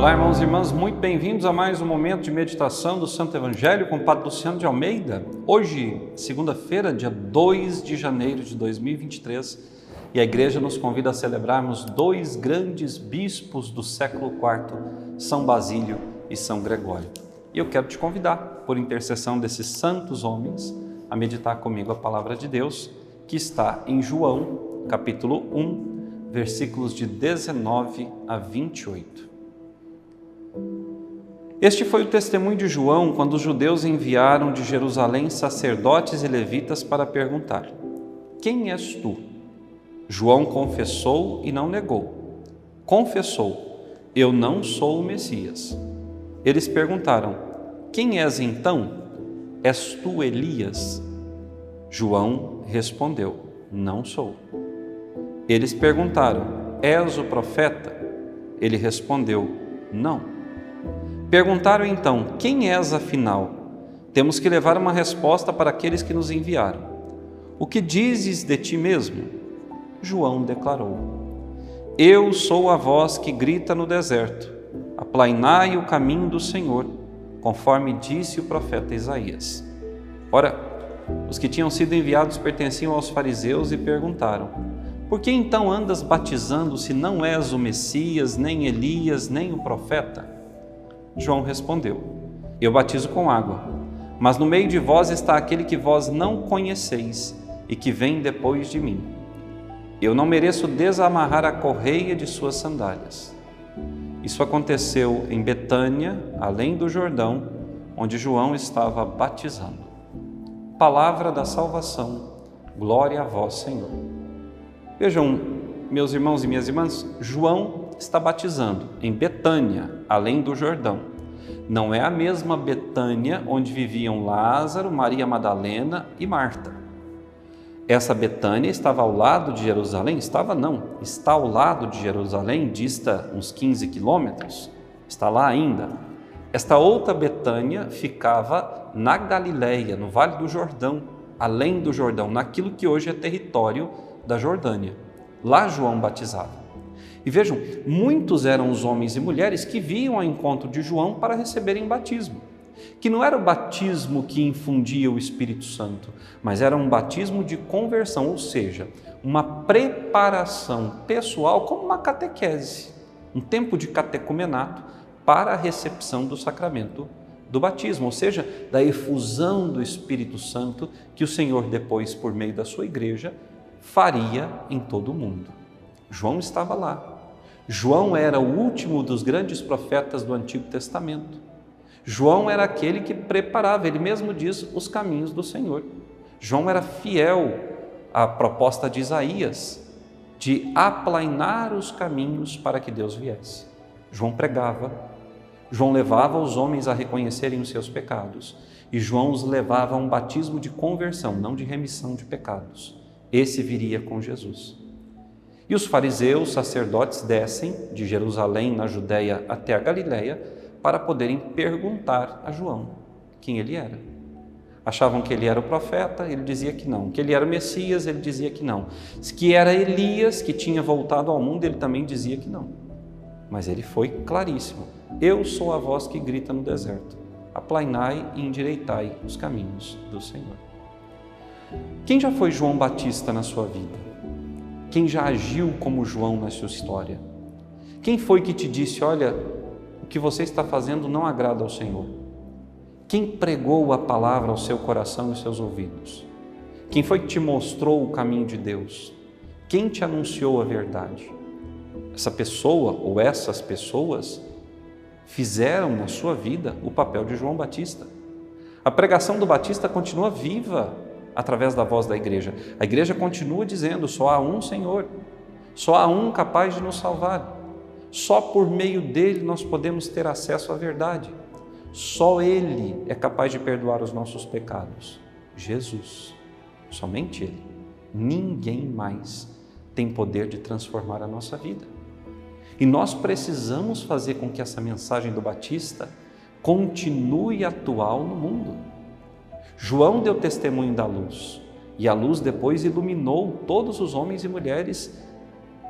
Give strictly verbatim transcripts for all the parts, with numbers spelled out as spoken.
Olá, irmãos e irmãs, muito bem-vindos a mais um momento de meditação do Santo Evangelho com o Padre Luciano de Almeida. Hoje, segunda-feira, dia dois de janeiro de dois mil e vinte e três, e a Igreja nos convida a celebrarmos dois grandes bispos do século quarto, São Basílio e São Gregório. E eu quero te convidar, por intercessão desses santos homens, a meditar comigo a palavra de Deus, que está em João, capítulo um, versículos de dezenove a vinte e oito. Este foi o testemunho de João quando os judeus enviaram de Jerusalém sacerdotes e levitas para perguntar: quem és tu? João confessou e não negou. Confessou: eu não sou o Messias. Eles perguntaram: quem és então? És tu Elias? João respondeu: não sou. Eles perguntaram: és o profeta? Ele respondeu: não. Perguntaram então: quem és afinal? Temos que levar uma resposta para aqueles que nos enviaram. O que dizes de ti mesmo? João declarou: eu sou a voz que grita no deserto, aplainai o caminho do Senhor, conforme disse o profeta Isaías. Ora, os que tinham sido enviados pertenciam aos fariseus e perguntaram: por que então andas batizando se não és o Messias, nem Elias, nem o profeta? João respondeu: eu batizo com água, mas no meio de vós está aquele que vós não conheceis e que vem depois de mim. Eu não mereço desamarrar a correia de suas sandálias. Isso aconteceu em Betânia, além do Jordão, onde João estava batizando. Palavra da salvação, glória a vós, Senhor. Vejam, meus irmãos e minhas irmãs, João está batizando em Betânia, além do Jordão. Não é a mesma Betânia onde viviam Lázaro, Maria Madalena e Marta. Essa Betânia estava ao lado de Jerusalém? Estava não, está ao lado de Jerusalém, dista uns quinze quilômetros, está lá ainda. Esta outra Betânia ficava na Galileia, no Vale do Jordão, além do Jordão, naquilo que hoje é território da Jordânia. Lá João batizava. E vejam, muitos eram os homens e mulheres que vinham ao encontro de João para receberem batismo, que não era o batismo que infundia o Espírito Santo, mas era um batismo de conversão, ou seja, uma preparação pessoal, como uma catequese, um tempo de catecumenato para a recepção do sacramento do batismo, ou seja, da efusão do Espírito Santo que o Senhor depois, por meio da sua igreja, faria em todo o mundo. João estava lá. João era o último dos grandes profetas do Antigo Testamento. João era aquele que preparava, ele mesmo diz, os caminhos do Senhor. João era fiel à proposta de Isaías, de aplainar os caminhos para que Deus viesse. João pregava, João levava os homens a reconhecerem os seus pecados, e João os levava a um batismo de conversão, não de remissão de pecados. Esse viria com Jesus. E os fariseus, sacerdotes, descem de Jerusalém, na Judéia, até a Galileia, para poderem perguntar a João quem ele era. Achavam que ele era o profeta, ele dizia que não. Que ele era o Messias, ele dizia que não. Que era Elias, que tinha voltado ao mundo, ele também dizia que não. Mas ele foi claríssimo: eu sou a voz que grita no deserto, aplainai e endireitai os caminhos do Senhor. Quem já foi João Batista na sua vida? Quem já agiu como João na sua história? Quem foi que te disse: olha, o que você está fazendo não agrada ao Senhor? Quem pregou a palavra ao seu coração e aos seus ouvidos? Quem foi que te mostrou o caminho de Deus? Quem te anunciou a verdade? Essa pessoa ou essas pessoas fizeram na sua vida o papel de João Batista. A pregação do Batista continua viva através da voz da igreja. A igreja continua dizendo: só há um Senhor, só há um capaz de nos salvar, só por meio dele nós podemos ter acesso à verdade, só ele é capaz de perdoar os nossos pecados. Jesus, somente ele. Ninguém mais tem poder de transformar a nossa vida. E nós precisamos fazer com que essa mensagem do Batista continue atual no mundo. João deu testemunho da luz, e a luz depois iluminou todos os homens e mulheres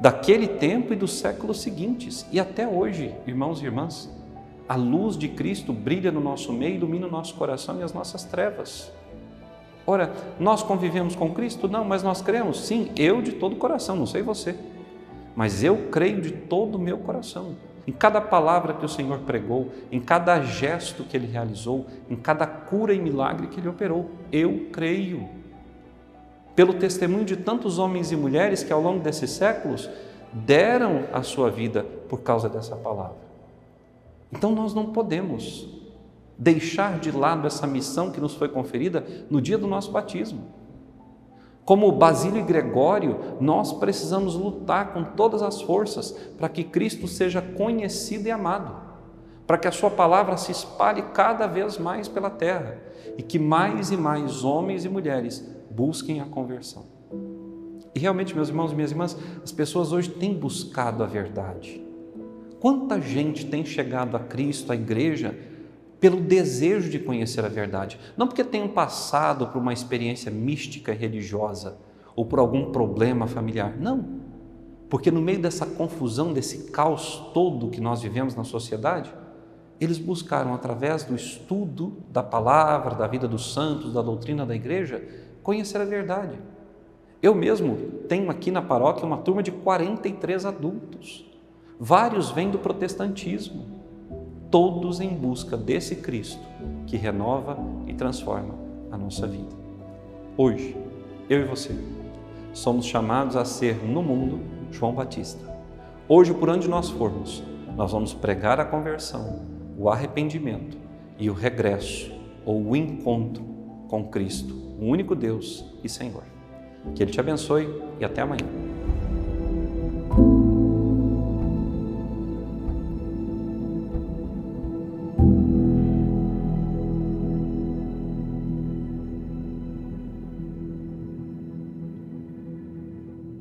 daquele tempo e dos séculos seguintes. E até hoje, irmãos e irmãs, a luz de Cristo brilha no nosso meio, ilumina o nosso coração e as nossas trevas. Ora, nós convivemos com Cristo? Não, mas nós cremos. Sim, eu de todo o coração, não sei você. Mas eu creio de todo o meu coração. Em cada palavra que o Senhor pregou, em cada gesto que Ele realizou, em cada cura e milagre que Ele operou. Eu creio. Pelo testemunho de tantos homens e mulheres que ao longo desses séculos deram a sua vida por causa dessa palavra. Então nós não podemos deixar de lado essa missão que nos foi conferida no dia do nosso batismo. Como Basílio e Gregório, nós precisamos lutar com todas as forças para que Cristo seja conhecido e amado, para que a sua palavra se espalhe cada vez mais pela terra e que mais e mais homens e mulheres busquem a conversão. E realmente, meus irmãos e minhas irmãs, as pessoas hoje têm buscado a verdade. Quanta gente tem chegado a Cristo, à igreja, pelo desejo de conhecer a verdade, não porque tenham passado por uma experiência mística e religiosa ou por algum problema familiar, não, porque no meio dessa confusão, desse caos todo que nós vivemos na sociedade, eles buscaram através do estudo da palavra, da vida dos santos, da doutrina da igreja, conhecer a verdade. Eu mesmo tenho aqui na paróquia uma turma de quarenta e três adultos, vários vêm do protestantismo, todos em busca desse Cristo que renova e transforma a nossa vida. Hoje, eu e você, somos chamados a ser no mundo João Batista. Hoje, por onde nós formos, nós vamos pregar a conversão, o arrependimento e o regresso ou o encontro com Cristo, o único Deus e Senhor. Que Ele te abençoe e até amanhã.